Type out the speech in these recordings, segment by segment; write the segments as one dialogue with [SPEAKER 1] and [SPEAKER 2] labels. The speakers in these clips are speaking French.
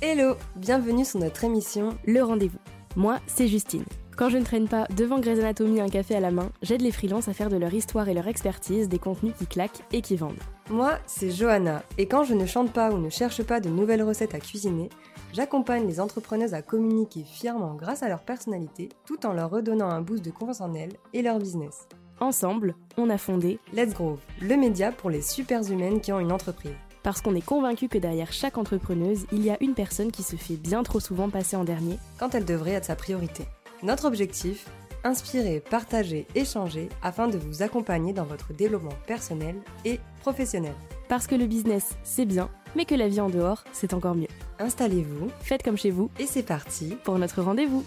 [SPEAKER 1] Hello, bienvenue sur notre émission
[SPEAKER 2] Le Rendez-vous. Moi, c'est Justine. Quand je ne traîne pas devant Grey's Anatomy un café à la main, j'aide les freelances à faire de leur histoire et leur expertise des contenus qui claquent et qui vendent.
[SPEAKER 1] Moi, c'est Johanna, et quand je ne chante pas ou ne cherche pas de nouvelles recettes à cuisiner, j'accompagne les entrepreneuses à communiquer fièrement grâce à leur personnalité, tout en leur redonnant un boost de confiance en elles et leur business.
[SPEAKER 2] Ensemble, on a fondé
[SPEAKER 1] Let's Grow, le média pour les superhumaines qui ont une entreprise.
[SPEAKER 2] Parce qu'on est convaincu que derrière chaque entrepreneuse, il y a une personne qui se fait bien trop souvent passer en dernier,
[SPEAKER 1] quand elle devrait être sa priorité. Notre objectif, inspirer, partager, échanger afin de vous accompagner dans votre développement personnel et professionnel.
[SPEAKER 2] Parce que le business, c'est bien, mais que la vie en dehors, c'est encore mieux.
[SPEAKER 1] Installez-vous,
[SPEAKER 2] Faites comme chez vous
[SPEAKER 1] et c'est parti
[SPEAKER 2] pour notre rendez-vous.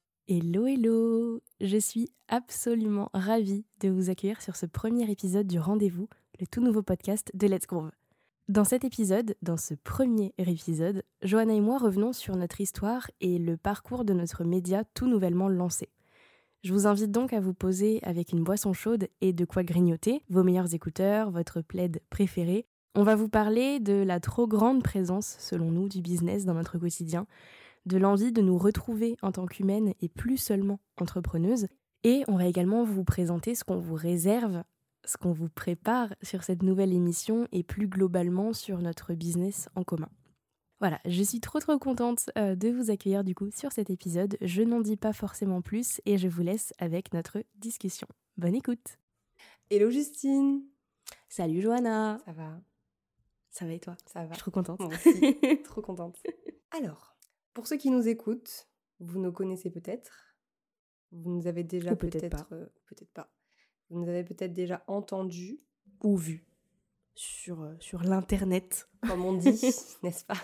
[SPEAKER 2] Hello, je suis absolument ravie de vous accueillir sur ce premier épisode du Rendez-vous, le tout nouveau podcast de Let's Grow. Dans cet épisode, dans ce premier épisode, Johanna et moi revenons sur notre histoire et le parcours de notre média tout nouvellement lancé. Je vous invite donc à vous poser avec une boisson chaude et de quoi grignoter, vos meilleurs écouteurs, votre plaid préféré. On va vous parler de la trop grande présence, selon nous, du business dans notre quotidien, de l'envie de nous retrouver en tant qu'humaines et plus seulement entrepreneuses. Et on va également vous présenter ce qu'on vous réserve, ce qu'on vous prépare sur cette nouvelle émission et plus globalement sur notre business en commun. Voilà, je suis trop contente de vous accueillir du coup sur cet épisode. Je n'en dis pas forcément plus et je vous laisse avec notre discussion. Bonne écoute.
[SPEAKER 1] Hello Justine.
[SPEAKER 2] Salut Johanna.
[SPEAKER 1] Ça va?
[SPEAKER 2] Ça va et toi?
[SPEAKER 1] Ça va.
[SPEAKER 2] Je suis trop contente.
[SPEAKER 1] Moi aussi, trop contente. Alors, pour ceux qui nous écoutent, vous nous connaissez peut-être. Vous nous avez déjà
[SPEAKER 2] Ou peut-être pas.
[SPEAKER 1] Peut-être pas. Vous nous avez peut-être déjà entendu.
[SPEAKER 2] Ou vu sur l'internet.
[SPEAKER 1] Comme on dit, n'est-ce pas?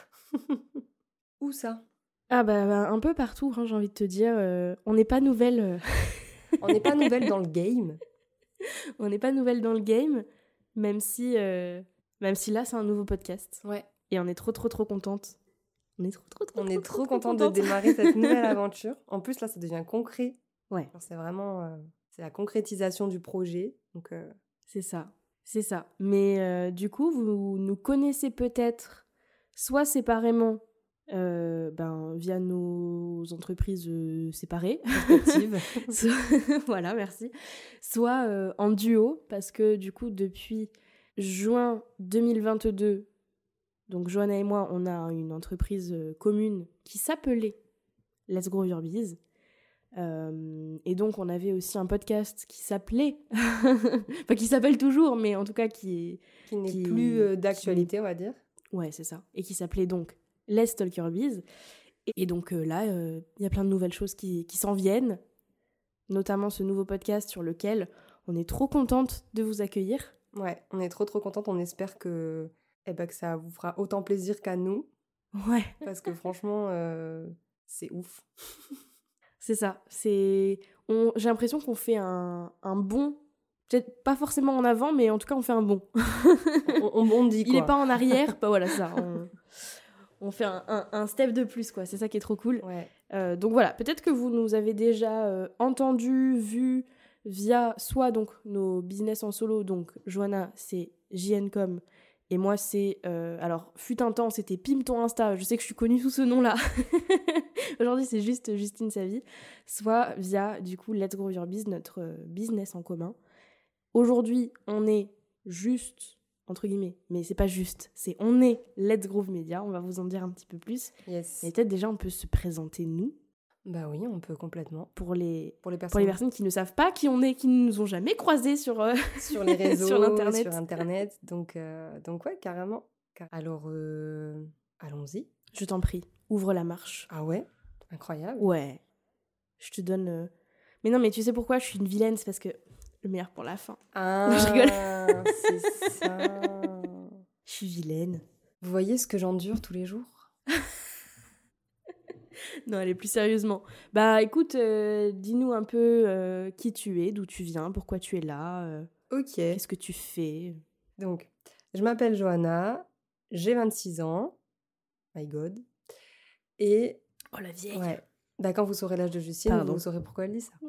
[SPEAKER 1] Où ça?
[SPEAKER 2] Ah bah un peu partout, hein, j'ai envie de te dire. On n'est pas nouvelle.
[SPEAKER 1] On n'est pas nouvelle dans le game.
[SPEAKER 2] On n'est pas nouvelle dans le game, même si là c'est un nouveau podcast.
[SPEAKER 1] Ouais.
[SPEAKER 2] Et on est trop contente. On est trop
[SPEAKER 1] contente de démarrer cette nouvelle aventure. En plus là ça devient concret.
[SPEAKER 2] Ouais.
[SPEAKER 1] Alors, c'est vraiment c'est la concrétisation du projet. Donc
[SPEAKER 2] c'est ça. Mais du coup vous nous connaissez peut-être soit séparément. Via nos entreprises séparées respectives. Voilà, merci. Soit en duo, parce que du coup, depuis juin 2022, donc Johanna et moi, on a une entreprise commune qui s'appelait Let's Grow Your Biz. Et donc, on avait aussi un podcast qui s'appelait, enfin qui s'appelle toujours, mais en tout cas qui
[SPEAKER 1] n'est plus d'actualité, on va dire.
[SPEAKER 2] Ouais, c'est ça. Et qui s'appelait donc Let's Talk Your Biz. Et donc là, y a plein de nouvelles choses qui s'en viennent, notamment ce nouveau podcast sur lequel on est trop contente de vous accueillir.
[SPEAKER 1] Ouais, on est trop contente. On espère que ça vous fera autant plaisir qu'à nous.
[SPEAKER 2] Ouais.
[SPEAKER 1] Parce que franchement, c'est ouf.
[SPEAKER 2] C'est ça. J'ai l'impression qu'on fait un bond, peut-être pas forcément en avant, mais en tout cas, on fait un bond.
[SPEAKER 1] on bondit, quoi.
[SPEAKER 2] Il est pas en arrière, bah voilà, ça. On fait un step de plus, quoi. C'est ça qui est trop cool.
[SPEAKER 1] Ouais.
[SPEAKER 2] Donc voilà, peut-être que vous nous avez déjà entendu, vu via soit donc nos business en solo. Donc Johanna, c'est JNcom. Et moi, c'est... alors, fut un temps, c'était Pim ton Insta. Je sais que je suis connue sous ce nom-là. Aujourd'hui, c'est juste Justine Savy. Soit via, du coup, Let's Grow Your Biz, notre business en commun. Aujourd'hui, on est juste... entre guillemets, mais c'est pas juste, on est Let's Grow Media, on va vous en dire un petit peu plus.
[SPEAKER 1] Yes.
[SPEAKER 2] Et peut-être déjà on peut se présenter nous.
[SPEAKER 1] Bah oui, on peut complètement.
[SPEAKER 2] Pour les personnes qui ne savent pas qui on est, qui ne nous ont jamais croisés sur
[SPEAKER 1] les réseaux,
[SPEAKER 2] sur l'internet.
[SPEAKER 1] Sur internet. Donc ouais, carrément. Alors allons-y.
[SPEAKER 2] Je t'en prie, ouvre la marche.
[SPEAKER 1] Ah ouais, incroyable.
[SPEAKER 2] Ouais. Je te donne Mais non, mais tu sais pourquoi je suis une vilaine, c'est parce que le meilleur pour la fin.
[SPEAKER 1] Ah,
[SPEAKER 2] je rigole.
[SPEAKER 1] C'est ça.
[SPEAKER 2] Je suis vilaine.
[SPEAKER 1] Vous voyez ce que j'endure tous les jours?
[SPEAKER 2] Non, allez, plus sérieusement. Bah écoute, dis-nous un peu qui tu es, d'où tu viens, pourquoi tu es là.
[SPEAKER 1] Ok.
[SPEAKER 2] Qu'est-ce que tu fais?
[SPEAKER 1] Donc, je m'appelle Johanna, j'ai 26 ans. My God. Et...
[SPEAKER 2] Oh la vieille.
[SPEAKER 1] Ouais. Bah, quand vous saurez l'âge de Justine, vous saurez pourquoi elle dit ça.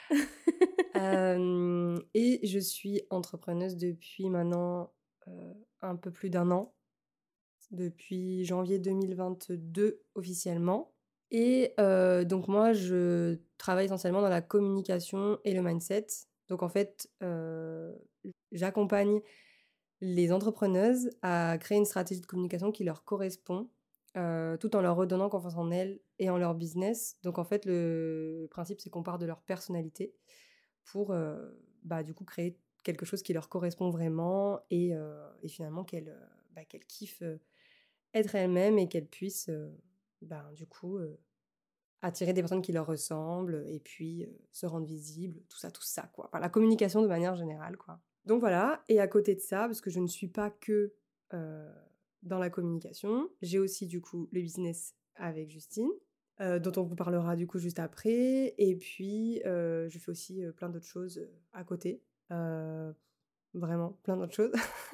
[SPEAKER 1] Et je suis entrepreneuse depuis maintenant un peu plus d'1 an. depuis janvier 2022 officiellement. Et donc moi, je travaille essentiellement dans la communication et le mindset. Donc en fait, j'accompagne les entrepreneuses à créer une stratégie de communication qui leur correspond, tout en leur redonnant confiance en elles et en leur business. Donc en fait, le principe, c'est qu'on part de leur personnalité pour du coup créer quelque chose qui leur correspond vraiment et finalement qu'elles kiffent être elles-mêmes et qu'elles puissent du coup attirer des personnes qui leur ressemblent et puis se rendre visibles, tout ça quoi. Enfin, la communication de manière générale quoi. Donc voilà, et à côté de ça, parce que je ne suis pas que dans la communication, j'ai aussi du coup le business avec Justine, dont on vous parlera du coup juste après, et puis je fais aussi plein d'autres choses à côté, vraiment plein d'autres choses.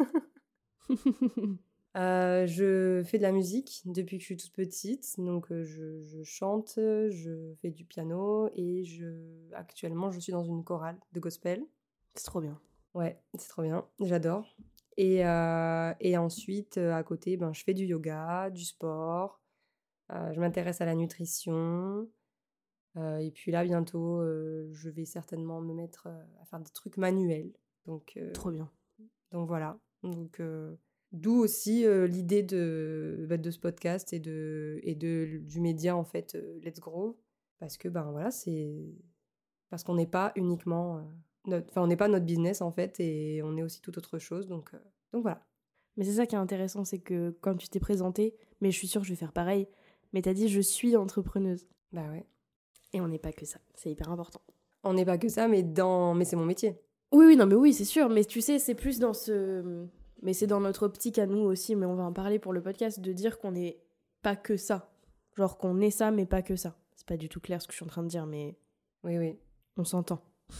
[SPEAKER 1] Je fais de la musique depuis que je suis toute petite, donc je chante, je fais du piano et actuellement je suis dans une chorale de gospel.
[SPEAKER 2] C'est trop bien.
[SPEAKER 1] Ouais, c'est trop bien, j'adore. Et ensuite, à côté, je fais du yoga, du sport, je m'intéresse à la nutrition. Et puis là, bientôt, je vais certainement me mettre à faire des trucs manuels.
[SPEAKER 2] Trop bien.
[SPEAKER 1] Donc voilà. Donc, d'où aussi l'idée de ce podcast et du média, en fait, Let's Grow. Parce que, voilà, parce qu'on n'est pas uniquement... on n'est pas notre business, en fait, et on est aussi tout autre chose. Donc voilà.
[SPEAKER 2] Mais c'est ça qui est intéressant, c'est que quand tu t'es présentée, mais je suis sûre que je vais faire pareil, mais t'as dit « je suis entrepreneuse ».
[SPEAKER 1] Bah ouais.
[SPEAKER 2] Et on n'est pas que ça, c'est hyper important.
[SPEAKER 1] On n'est pas que ça, mais c'est mon métier.
[SPEAKER 2] Oui, non, mais oui, c'est sûr, mais tu sais, c'est plus dans ce... Mais c'est dans notre optique à nous aussi, mais on va en parler pour le podcast, de dire qu'on n'est pas que ça. Genre qu'on est ça, mais pas que ça. C'est pas du tout clair ce que je suis en train de dire, mais...
[SPEAKER 1] Oui.
[SPEAKER 2] On s'entend.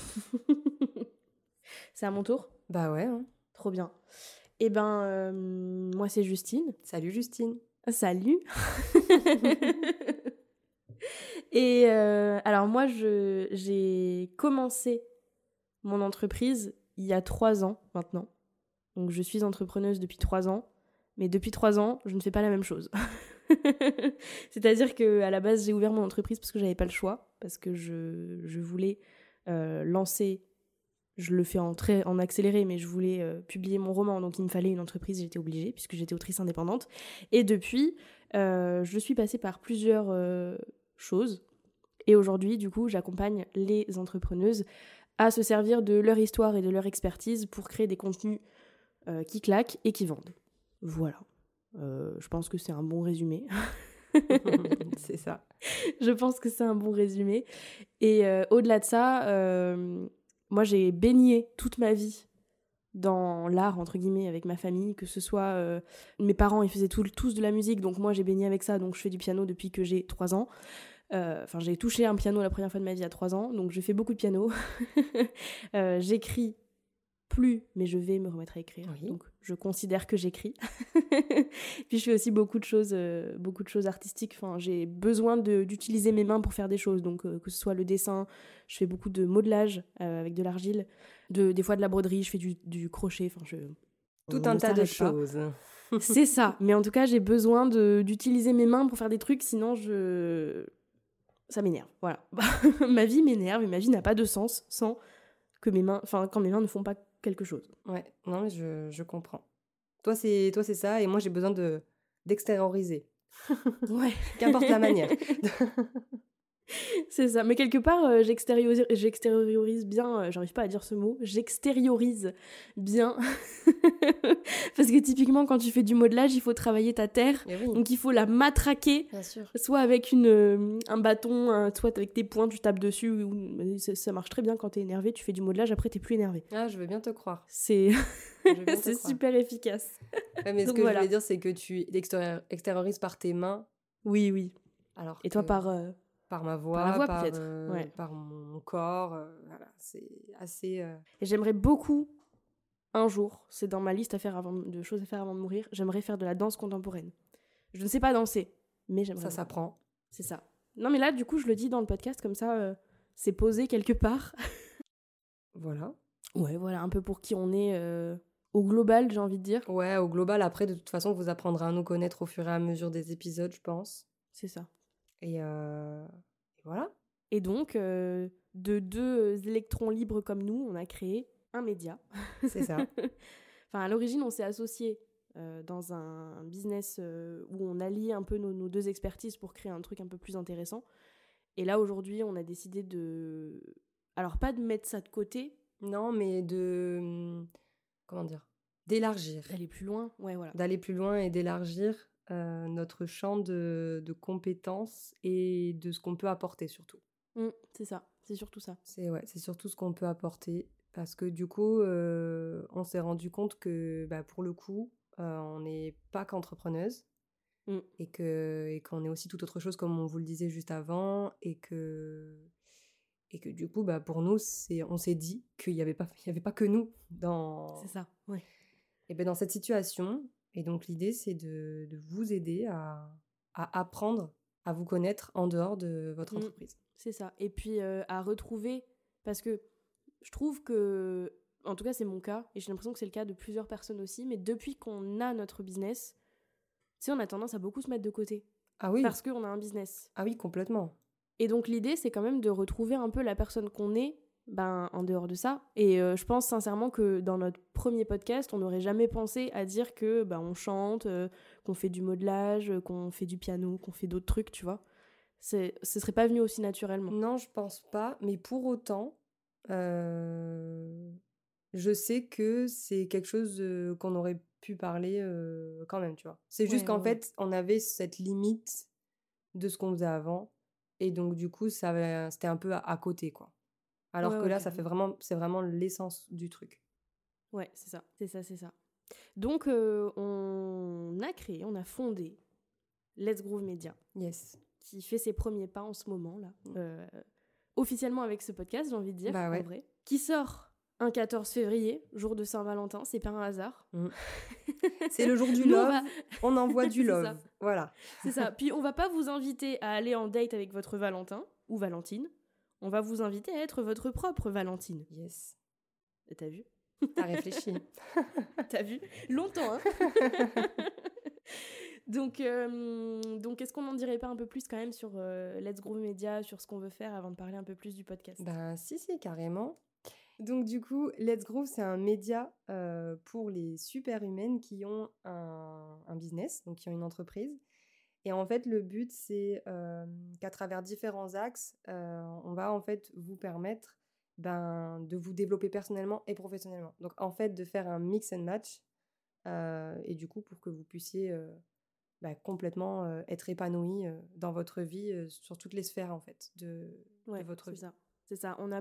[SPEAKER 2] C'est à mon tour ?
[SPEAKER 1] Bah ouais. Hein.
[SPEAKER 2] Trop bien. Eh ben, moi c'est Justine.
[SPEAKER 1] Salut Justine.
[SPEAKER 2] Salut. Et alors moi, j'ai commencé mon entreprise il y a 3 ans maintenant. Donc je suis entrepreneuse depuis 3 ans. Mais depuis 3 ans, je ne fais pas la même chose. C'est-à-dire qu'à la base, j'ai ouvert mon entreprise parce que j'avais pas le choix. Parce que je voulais lancer... Je le fais en accéléré, mais je voulais publier mon roman, donc il me fallait une entreprise, j'étais obligée, puisque j'étais autrice indépendante. Et depuis, je suis passée par plusieurs choses. Et aujourd'hui, du coup, j'accompagne les entrepreneuses à se servir de leur histoire et de leur expertise pour créer des contenus qui claquent et qui vendent. Voilà. Je pense que c'est un bon résumé.
[SPEAKER 1] C'est ça.
[SPEAKER 2] Je pense que c'est un bon résumé. Et au-delà de ça... moi, j'ai baigné toute ma vie dans l'art, entre guillemets, avec ma famille, que ce soit... mes parents, ils faisaient tous de la musique, donc moi, j'ai baigné avec ça, donc je fais du piano depuis que j'ai 3 ans. Enfin, j'ai touché un piano la première fois de ma vie à 3 ans, donc je fais beaucoup de piano. J'écris plus, mais je vais me remettre à écrire, oui. Donc je considère que j'écris. Puis je fais aussi beaucoup de choses artistiques. Enfin, j'ai besoin d'utiliser mes mains pour faire des choses, donc que ce soit le dessin, je fais beaucoup de modelage avec de l'argile, des fois de la broderie, je fais du crochet. Enfin,
[SPEAKER 1] tout un tas de choses.
[SPEAKER 2] C'est ça, mais en tout cas j'ai besoin d'utiliser mes mains pour faire des trucs, sinon ça m'énerve. Voilà. Ma vie m'énerve et ma vie n'a pas de sens sans que quand mes mains ne font pas quelque chose.
[SPEAKER 1] Ouais, non mais je comprends. Toi c'est ça et moi j'ai besoin d'extérioriser.
[SPEAKER 2] Ouais.
[SPEAKER 1] Qu'importe la manière.
[SPEAKER 2] C'est ça, mais quelque part j'extériorise bien, j'arrive pas à dire ce mot, j'extériorise bien parce que typiquement quand tu fais du modelage il faut travailler ta terre, oui. Donc il faut la matraquer,
[SPEAKER 1] bien sûr.
[SPEAKER 2] Soit avec un bâton, soit avec tes poings tu tapes dessus, ça marche très bien quand t'es énervé, tu fais du modelage, après t'es plus énervé.
[SPEAKER 1] Ah, je veux bien te croire.
[SPEAKER 2] C'est super efficace.
[SPEAKER 1] Ouais, mais ce que je voulais dire c'est que tu extériorises par tes mains.
[SPEAKER 2] Oui.
[SPEAKER 1] Alors
[SPEAKER 2] et toi
[SPEAKER 1] par ma voix, par mon corps, voilà, c'est assez...
[SPEAKER 2] Et j'aimerais beaucoup, un jour, c'est dans ma liste de choses à faire avant de mourir, j'aimerais faire de la danse contemporaine. Je ne sais pas danser, mais j'aimerais...
[SPEAKER 1] Ça s'apprend.
[SPEAKER 2] C'est ça. Non mais là, du coup, je le dis dans le podcast, comme ça, c'est posé quelque part.
[SPEAKER 1] Voilà.
[SPEAKER 2] Ouais, voilà, un peu pour qui on est au global, j'ai envie de dire.
[SPEAKER 1] Ouais, au global, après, de toute façon, vous apprendrez à nous connaître au fur et à mesure des épisodes, je pense.
[SPEAKER 2] C'est ça.
[SPEAKER 1] Et voilà.
[SPEAKER 2] Et donc, de 2 électrons libres comme nous, on a créé un média.
[SPEAKER 1] C'est ça.
[SPEAKER 2] Enfin, à l'origine, on s'est associés dans un business où on allie un peu nos 2 expertises pour créer un truc un peu plus intéressant. Et là, aujourd'hui, on a décidé de... Alors, pas de mettre ça de côté.
[SPEAKER 1] Non, mais comment dire, d'élargir.
[SPEAKER 2] D'aller plus loin. Ouais, voilà.
[SPEAKER 1] D'aller plus loin et d'élargir notre champ de compétences et de ce qu'on peut apporter, surtout.
[SPEAKER 2] C'est ça. C'est surtout ça.
[SPEAKER 1] C'est surtout ce qu'on peut apporter. Parce que du coup, on s'est rendu compte que, pour le coup, on n'est pas qu'entrepreneuse. Et qu'on est aussi tout autre chose, comme on vous le disait juste avant. Et que du coup, pour nous, on s'est dit qu'il n'y avait pas que nous dans...
[SPEAKER 2] C'est ça, ouais.
[SPEAKER 1] Et dans cette situation. Et donc, l'idée, c'est de vous aider à apprendre à vous connaître en dehors de votre entreprise.
[SPEAKER 2] C'est ça. Et puis, à retrouver... Parce que je trouve que... En tout cas, c'est mon cas. Et j'ai l'impression que c'est le cas de plusieurs personnes aussi. Mais depuis qu'on a notre business, tu sais, on a tendance à beaucoup se mettre de côté.
[SPEAKER 1] Ah oui.
[SPEAKER 2] Parce qu'on a un business.
[SPEAKER 1] Ah oui, complètement.
[SPEAKER 2] Et donc, l'idée, c'est quand même de retrouver un peu la personne qu'on est en dehors de ça. Et je pense sincèrement que dans notre premier podcast, on n'aurait jamais pensé à dire que on chante, qu'on fait du modelage, qu'on fait du piano, qu'on fait d'autres trucs, tu vois. Ce serait pas venu aussi naturellement.
[SPEAKER 1] Non, je pense pas. Mais pour autant, je sais que c'est quelque chose qu'on aurait pu parler quand même, tu vois. C'est juste qu'en fait, on avait cette limite de ce qu'on faisait avant. Et donc, du coup, c'était un peu à côté, quoi. Alors que là, c'est vraiment l'essence du truc.
[SPEAKER 2] Ouais, c'est ça. Donc, on a fondé Let's Groove Media.
[SPEAKER 1] Yes.
[SPEAKER 2] Qui fait ses premiers pas en ce moment, là. Officiellement avec ce podcast, j'ai envie de dire, en vrai. Qui sort un 14 février, jour de Saint-Valentin, c'est pas un hasard.
[SPEAKER 1] C'est le jour du love, on envoie du love. Ça. Voilà.
[SPEAKER 2] C'est ça. Puis on va pas vous inviter à aller en date avec votre Valentin ou Valentine. On va vous inviter à être votre propre Valentine.
[SPEAKER 1] Yes.
[SPEAKER 2] T'as vu ?
[SPEAKER 1] T'as réfléchi.
[SPEAKER 2] T'as vu ? Longtemps, hein. Donc, est-ce qu'on n'en dirait pas un peu plus quand même sur Let's Groove Media, sur ce qu'on veut faire avant de parler un peu plus du podcast ?
[SPEAKER 1] Si, carrément. Donc du coup, Let's Groove, c'est un média pour les super-humaines qui ont un business, donc qui ont une entreprise. Et en fait, le but, c'est qu'à travers différents axes, on va en fait vous permettre de vous développer personnellement et professionnellement. Donc en fait, de faire un mix and match et du coup, pour que vous puissiez complètement être épanoui dans votre vie, sur toutes les sphères en fait de votre vie.
[SPEAKER 2] C'est ça. On n'a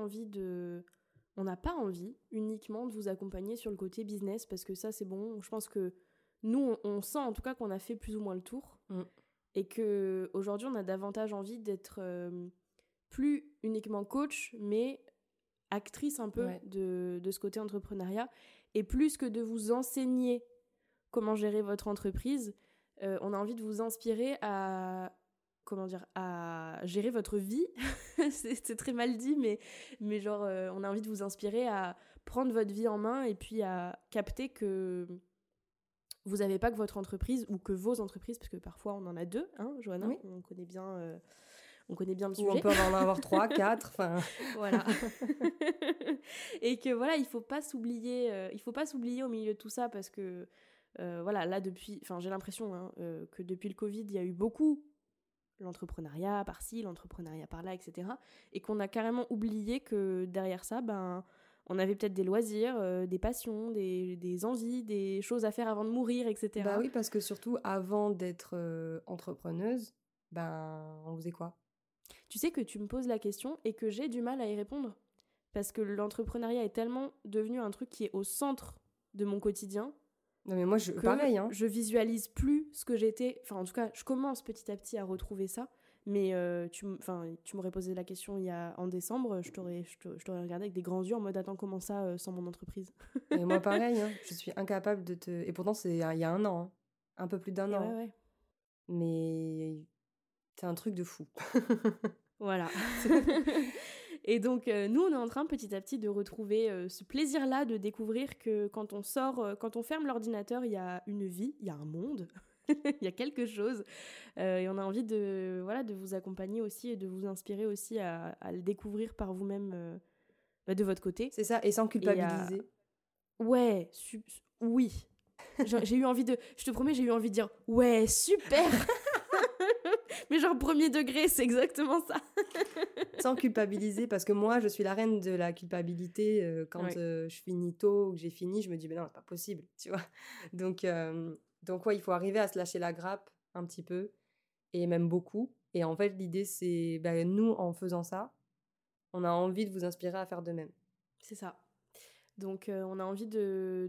[SPEAKER 2] pas envie uniquement de vous accompagner sur le côté business parce que ça, c'est bon. Je pense que nous, on sent en tout cas qu'on a fait plus ou moins le tour et qu'aujourd'hui, on a davantage envie d'être plus uniquement coach, mais actrice un peu de ce côté entrepreneuriat. Et plus que de vous enseigner comment gérer votre entreprise, on a envie de vous inspirer à gérer votre vie. c'est très mal dit, mais genre, on a envie de vous inspirer à prendre votre vie en main et puis à capter que vous n'avez pas que votre entreprise ou que vos entreprises, parce que parfois on en a 2, hein, Johanna, on connaît bien le sujet.
[SPEAKER 1] Ou on peut en avoir 3, 4, enfin...
[SPEAKER 2] Voilà. Et que voilà, il faut pas s'oublier au milieu de tout ça parce que voilà, là j'ai l'impression que depuis le Covid, il y a eu beaucoup l'entrepreneuriat par-ci, l'entrepreneuriat par-là, etc. Et qu'on a carrément oublié que derrière ça, on avait peut-être des loisirs, des passions, des envies, des choses à faire avant de mourir, etc.
[SPEAKER 1] Oui, parce que surtout, avant d'être entrepreneuse, on faisait quoi ?
[SPEAKER 2] Tu sais que tu me poses la question et que j'ai du mal à y répondre. Parce que l'entrepreneuriat est tellement devenu un truc qui est au centre de mon quotidien.
[SPEAKER 1] Non mais moi, pareil. Hein.
[SPEAKER 2] Je visualise plus ce que j'étais. Enfin, en tout cas, je commence petit à petit à retrouver ça. Mais tu m'aurais posé la question en décembre, je t'aurais regardé avec des grands yeux en mode « Attends, comment ça, sans mon entreprise ?»
[SPEAKER 1] Et moi, pareil. Hein. Je suis incapable de te... Et pourtant, c'est il y a 1 an. Hein. Un peu plus d'1 an.
[SPEAKER 2] Ouais.
[SPEAKER 1] Mais c'est un truc de fou.
[SPEAKER 2] Voilà. Et donc, nous, on est en train petit à petit de retrouver ce plaisir-là de découvrir que quand on sort, quand on ferme l'ordinateur, il y a une vie, il y a un monde, il y a quelque chose. Et on a envie de vous accompagner aussi et de vous inspirer aussi à le découvrir par vous-même de votre côté.
[SPEAKER 1] C'est ça, et sans culpabiliser.
[SPEAKER 2] Ouais, oui. J'ai eu envie je te promets, j'ai eu envie de dire ouais, super. Mais genre premier degré, c'est exactement ça.
[SPEAKER 1] Sans culpabiliser, parce que moi, je suis la reine de la culpabilité. Quand je finis tôt ou que j'ai fini, je me dis, mais non, c'est pas possible, tu vois. Donc ouais, il faut arriver à se lâcher la grappe un petit peu, et même beaucoup. Et en fait, l'idée, c'est, nous, en faisant ça, on a envie de vous inspirer à faire de même.
[SPEAKER 2] C'est ça. Donc, on a envie de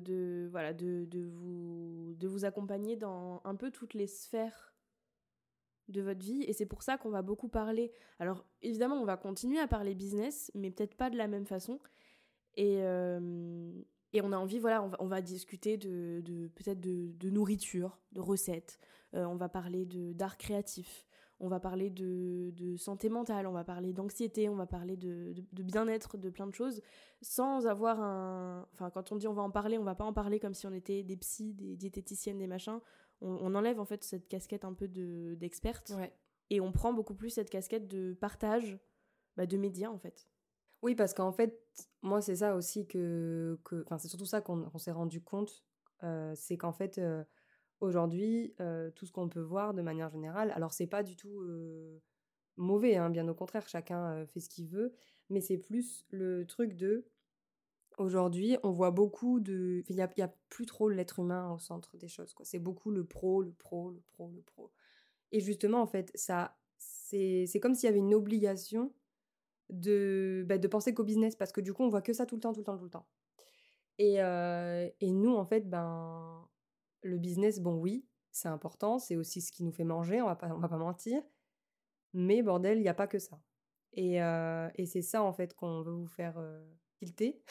[SPEAKER 2] vous accompagner dans un peu toutes les sphères de votre vie. Et c'est pour ça qu'on va beaucoup parler. Alors, évidemment, on va continuer à parler business, mais peut-être pas de la même façon. Et on a envie, on va discuter peut-être de nourriture, de recettes. On va parler d'art créatif. On va parler de santé mentale, on va parler d'anxiété, on va parler de bien-être, de plein de choses, sans avoir Enfin, quand on dit on va en parler, on va pas en parler comme si on était des psys, des diététiciennes, des machins. On enlève en fait cette casquette un peu d'experte.
[SPEAKER 1] Ouais.
[SPEAKER 2] Et on prend beaucoup plus cette casquette de partage, de médias en fait.
[SPEAKER 1] Oui, parce qu'en fait, moi, c'est ça aussi enfin, c'est surtout ça qu'on s'est rendu compte, c'est qu'en fait, aujourd'hui, tout ce qu'on peut voir de manière générale, alors c'est pas du tout mauvais, hein, bien au contraire, chacun fait ce qu'il veut, mais c'est plus le truc aujourd'hui, on voit beaucoup il y a plus trop l'être humain au centre des choses, quoi. C'est beaucoup le pro, le pro, le pro, le pro. Et justement, en fait, c'est comme s'il y avait une obligation de penser qu'au business, parce que du coup, on voit que ça tout le temps, tout le temps, tout le temps. Et nous, en fait, le business, bon, oui, c'est important, c'est aussi ce qui nous fait manger, on va pas mentir, mais bordel, il n'y a pas que ça. Et c'est ça, en fait, qu'on veut vous faire tilter.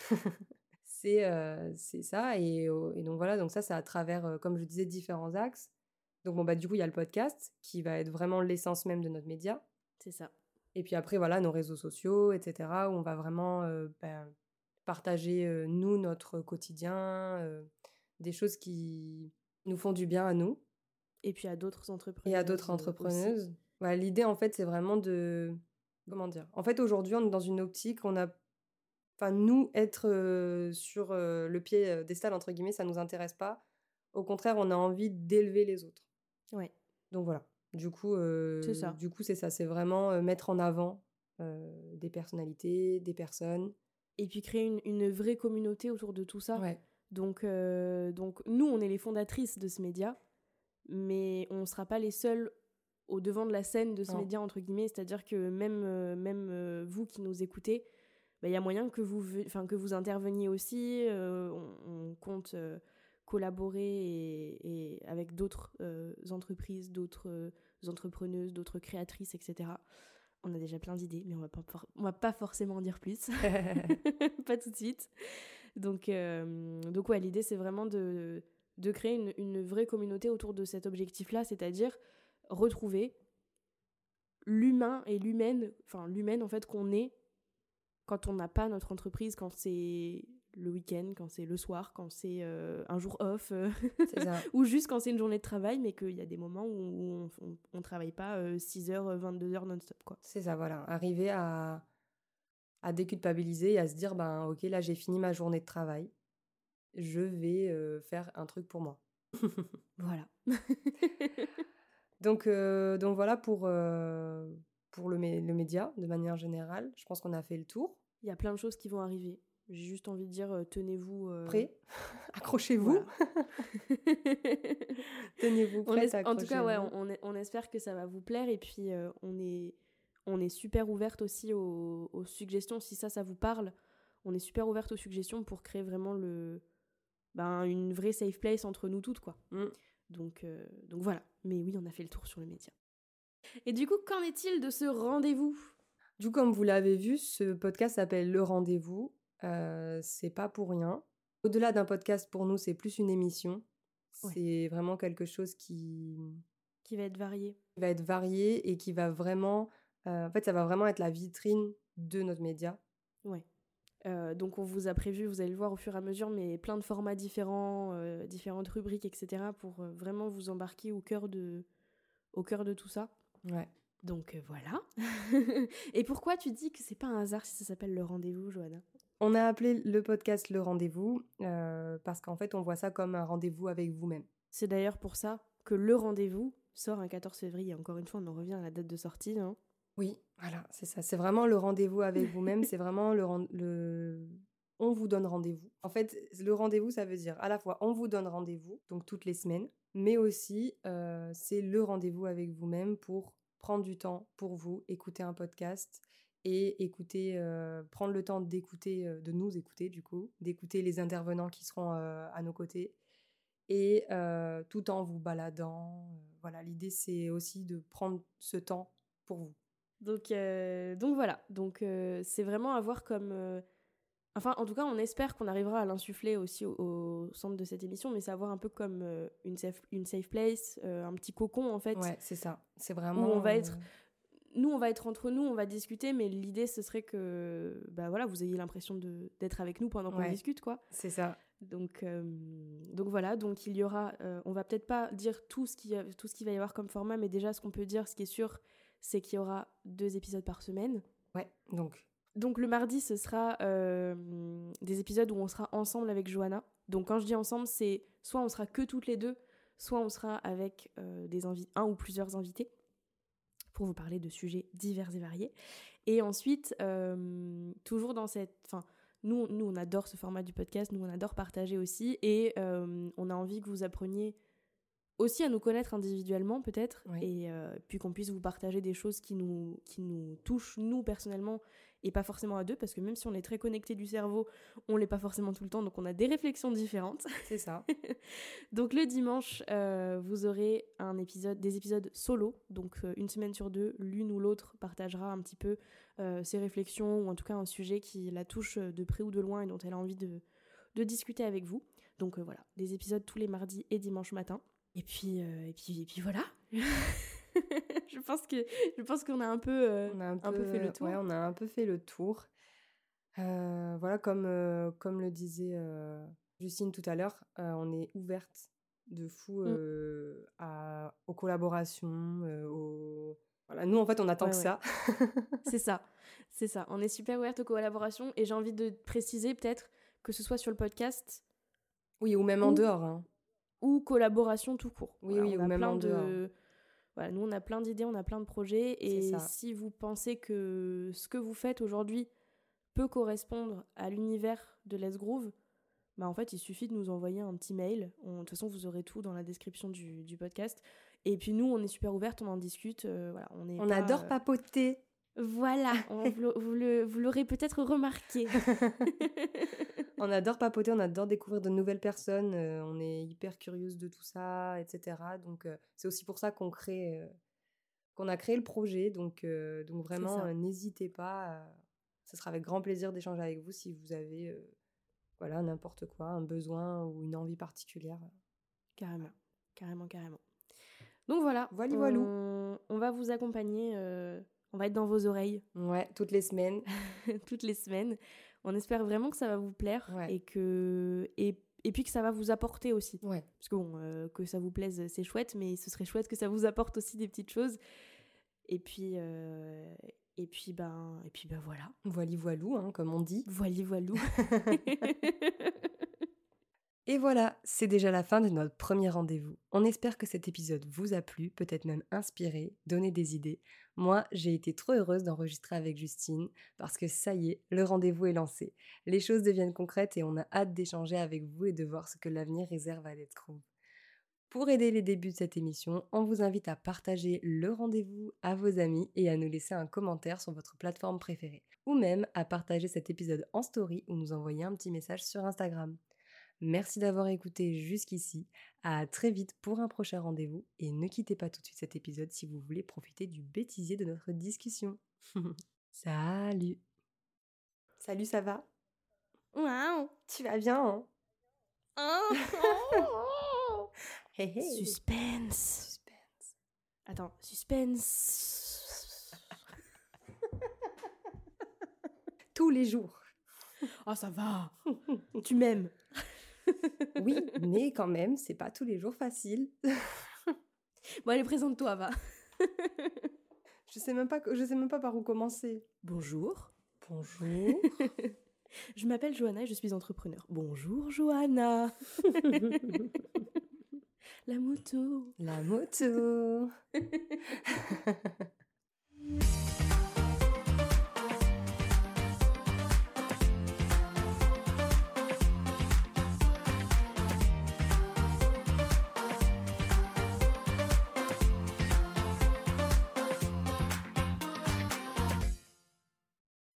[SPEAKER 1] C'est ça, et donc voilà, donc ça, c'est à travers, comme je disais, différents axes. Donc bon, du coup, il y a le podcast, qui va être vraiment l'essence même de notre média.
[SPEAKER 2] C'est ça.
[SPEAKER 1] Et puis après, voilà, nos réseaux sociaux, etc., où on va vraiment partager, nous, notre quotidien, des choses qui nous font du bien à nous.
[SPEAKER 2] Et puis à d'autres entrepreneuses.
[SPEAKER 1] Et à d'autres entrepreneuses. Ouais, l'idée, en fait, c'est vraiment de... Comment dire ? En fait, aujourd'hui, on est dans une optique, enfin, nous, être sur le piédestal, entre guillemets, ça ne nous intéresse pas. Au contraire, on a envie d'élever les autres.
[SPEAKER 2] Ouais.
[SPEAKER 1] Donc voilà. Du coup,
[SPEAKER 2] c'est ça.
[SPEAKER 1] C'est ça. C'est vraiment mettre en avant des personnalités, des personnes.
[SPEAKER 2] Et puis créer une vraie communauté autour de tout ça.
[SPEAKER 1] Ouais.
[SPEAKER 2] Donc nous, on est les fondatrices de ce média, mais on ne sera pas les seuls au devant de la scène de ce média, entre guillemets. C'est-à-dire que même vous qui nous écoutez, il y a moyen que vous interveniez aussi. On compte collaborer et avec d'autres entreprises, d'autres entrepreneuses, d'autres créatrices, etc. On a déjà plein d'idées, mais on va pas forcément en dire plus. Pas tout de suite. Donc ouais, l'idée, c'est vraiment de créer une vraie communauté autour de cet objectif-là, c'est-à-dire retrouver l'humain et l'humaine en fait qu'on est quand on n'a pas notre entreprise, quand c'est le week-end, quand c'est le soir, quand c'est un jour off,
[SPEAKER 1] c'est ça.
[SPEAKER 2] ou juste quand c'est une journée de travail, mais qu'il y a des moments où on ne travaille pas 6h, 22h non-stop, quoi.
[SPEAKER 1] C'est ça, voilà. Arriver à déculpabiliser et à se dire, ok, là, j'ai fini ma journée de travail. Je vais faire un truc pour moi.
[SPEAKER 2] Voilà.
[SPEAKER 1] Donc voilà pour le média, de manière générale. Je pense qu'on a fait le tour.
[SPEAKER 2] Il y a plein de choses qui vont arriver. J'ai juste envie de dire, tenez-vous...
[SPEAKER 1] Prêts. Accrochez-vous. Tenez-vous prêts, accrochez-vous.
[SPEAKER 2] En tout cas, ouais, on espère que ça va vous plaire. Et puis, on est super ouverte aussi aux suggestions. Si ça vous parle, on est super ouverte aux suggestions pour créer vraiment une vraie safe place entre nous toutes, quoi. Donc voilà. Mais oui, on a fait le tour sur le média. Et du coup, qu'en est-il de ce rendez-vous ?
[SPEAKER 1] Du coup, comme vous l'avez vu, ce podcast s'appelle Le Rendez-vous. C'est pas pour rien. Au-delà d'un podcast, pour nous, c'est plus une émission. Ouais. C'est vraiment quelque chose qui
[SPEAKER 2] va être varié.
[SPEAKER 1] Qui va être varié et qui va vraiment... en fait, ça va vraiment être la vitrine de notre média.
[SPEAKER 2] Ouais. Donc on vous a prévu, vous allez le voir au fur et à mesure, mais plein de formats différents, différentes rubriques, etc. pour vraiment vous embarquer au cœur de tout ça.
[SPEAKER 1] Ouais.
[SPEAKER 2] Donc voilà. Et pourquoi tu dis que c'est pas un hasard si ça s'appelle Le Rendez-vous, Johanna ?
[SPEAKER 1] On a appelé le podcast Le Rendez-vous parce qu'en fait, on voit ça comme un rendez-vous avec vous-même.
[SPEAKER 2] C'est d'ailleurs pour ça que Le Rendez-vous sort un 14 février. Encore une fois, on en revient à la date de sortie. Hein.
[SPEAKER 1] Oui, voilà, c'est ça. C'est vraiment le rendez-vous avec vous-même. C'est vraiment on vous donne rendez-vous. En fait, le rendez-vous, ça veut dire à la fois on vous donne rendez-vous, donc toutes les semaines, mais aussi c'est le rendez-vous avec vous-même pour prendre du temps pour vous, écouter un podcast et écouter, prendre le temps d'écouter, de nous écouter du coup, d'écouter les intervenants qui seront à nos côtés et tout en vous baladant. Voilà, l'idée c'est aussi de prendre ce temps pour vous.
[SPEAKER 2] Donc voilà. Donc c'est vraiment à voir comme... Enfin, en tout cas, on espère qu'on arrivera à l'insuffler aussi au centre de cette émission, mais c'est à voir un peu comme une safe place, un petit cocon en fait.
[SPEAKER 1] Ouais, c'est ça. C'est vraiment...
[SPEAKER 2] Où on va être... Nous, on va être entre nous, on va discuter, mais l'idée, ce serait que voilà, vous ayez l'impression d'être avec nous pendant qu'on discute, quoi.
[SPEAKER 1] C'est ça.
[SPEAKER 2] Donc voilà, donc il y aura... on va peut-être pas dire tout ce qu'il va y avoir comme format, mais déjà, ce qu'on peut dire, ce qui est sûr, c'est qu'il y aura 2 épisodes par semaine.
[SPEAKER 1] Ouais,
[SPEAKER 2] Donc le mardi, ce sera des épisodes où on sera ensemble avec Johanna. Donc quand je dis ensemble, c'est soit on sera que toutes les deux, soit on sera avec un ou plusieurs invités pour vous parler de sujets divers et variés. Et ensuite, toujours dans cette... Enfin, nous, on adore ce format du podcast, nous, on adore partager aussi, et on a envie que vous appreniez aussi à nous connaître individuellement, peut-être, et puis qu'on puisse vous partager des choses qui nous touchent, nous, personnellement, et pas forcément à deux, parce que même si on est très connecté du cerveau, on l'est pas forcément tout le temps, donc on a des réflexions différentes.
[SPEAKER 1] C'est ça.
[SPEAKER 2] Donc le dimanche, vous aurez des épisodes solo, donc une semaine sur 2, l'une ou l'autre partagera un petit peu ses réflexions, ou en tout cas un sujet qui la touche de près ou de loin et dont elle a envie de discuter avec vous. Donc voilà, des épisodes tous les mardis et dimanches matin. Et puis voilà. je pense qu'on a un peu fait le tour.
[SPEAKER 1] Ouais, on a un peu fait le tour. Voilà, comme le disait Justine tout à l'heure, on est ouverte de fou aux collaborations. Voilà, nous, en fait, on attend que ça.
[SPEAKER 2] C'est ça. On est super ouverte aux collaborations et j'ai envie de préciser peut-être que ce soit sur le podcast.
[SPEAKER 1] Oui, ou même en dehors. Hein.
[SPEAKER 2] Ou collaboration tout court.
[SPEAKER 1] Oui, voilà, ou même en dehors.
[SPEAKER 2] Voilà, nous, on a plein d'idées, on a plein de projets. Et si vous pensez que ce que vous faites aujourd'hui peut correspondre à l'univers de Let's Groove, bah en fait, il suffit de nous envoyer un petit mail. De toute façon, vous aurez tout dans la description du podcast. Et puis nous, on est super ouvertes, on en discute. Voilà, on
[SPEAKER 1] adore papoter.
[SPEAKER 2] Voilà, vous l'aurez peut-être remarqué.
[SPEAKER 1] On adore papoter, on adore découvrir de nouvelles personnes, on est hyper curieuse de tout ça, etc. Donc c'est aussi pour ça qu'on a créé le projet. Donc vraiment, n'hésitez pas, ce sera avec grand plaisir d'échanger avec vous si vous avez voilà, n'importe quoi, un besoin ou une envie particulière.
[SPEAKER 2] Carrément. Donc voilà, on va vous accompagner... On va être dans vos oreilles.
[SPEAKER 1] Ouais, toutes les semaines.
[SPEAKER 2] Toutes les semaines. On espère vraiment que ça va vous plaire et puis que ça va vous apporter aussi.
[SPEAKER 1] Ouais.
[SPEAKER 2] Parce que bon, que ça vous plaise, c'est chouette, mais ce serait chouette que ça vous apporte aussi des petites choses. Et puis voilà.
[SPEAKER 1] Voili voilou, hein, comme on dit.
[SPEAKER 2] Voili voilou.
[SPEAKER 1] Et voilà, c'est déjà la fin de notre premier rendez-vous. On espère que cet épisode vous a plu, peut-être même inspiré, donné des idées. Moi, j'ai été trop heureuse d'enregistrer avec Justine parce que ça y est, le rendez-vous est lancé. Les choses deviennent concrètes et on a hâte d'échanger avec vous et de voir ce que l'avenir réserve à Let's Groove. Pour aider les débuts de cette émission, on vous invite à partager le rendez-vous à vos amis et à nous laisser un commentaire sur votre plateforme préférée. Ou même à partager cet épisode en story ou nous envoyer un petit message sur Instagram. Merci d'avoir écouté jusqu'ici. À très vite pour un prochain rendez-vous et ne quittez pas tout de suite cet épisode si vous voulez profiter du bêtisier de notre discussion. Salut. Salut, ça va?
[SPEAKER 2] Waouh,
[SPEAKER 1] tu vas bien, hein?
[SPEAKER 2] Hey, hey. Suspense. Attends, suspense.
[SPEAKER 1] tous les jours.
[SPEAKER 2] Oh, ça va. Tu m'aimes.
[SPEAKER 1] Oui, mais quand même, c'est pas tous les jours facile.
[SPEAKER 2] Bon, allez, présente-toi, va.
[SPEAKER 1] Je sais même pas par où commencer.
[SPEAKER 2] Bonjour.
[SPEAKER 1] Bonjour.
[SPEAKER 2] Je m'appelle Johanna et je suis entrepreneur. Bonjour, Johanna. La moto.
[SPEAKER 1] La moto.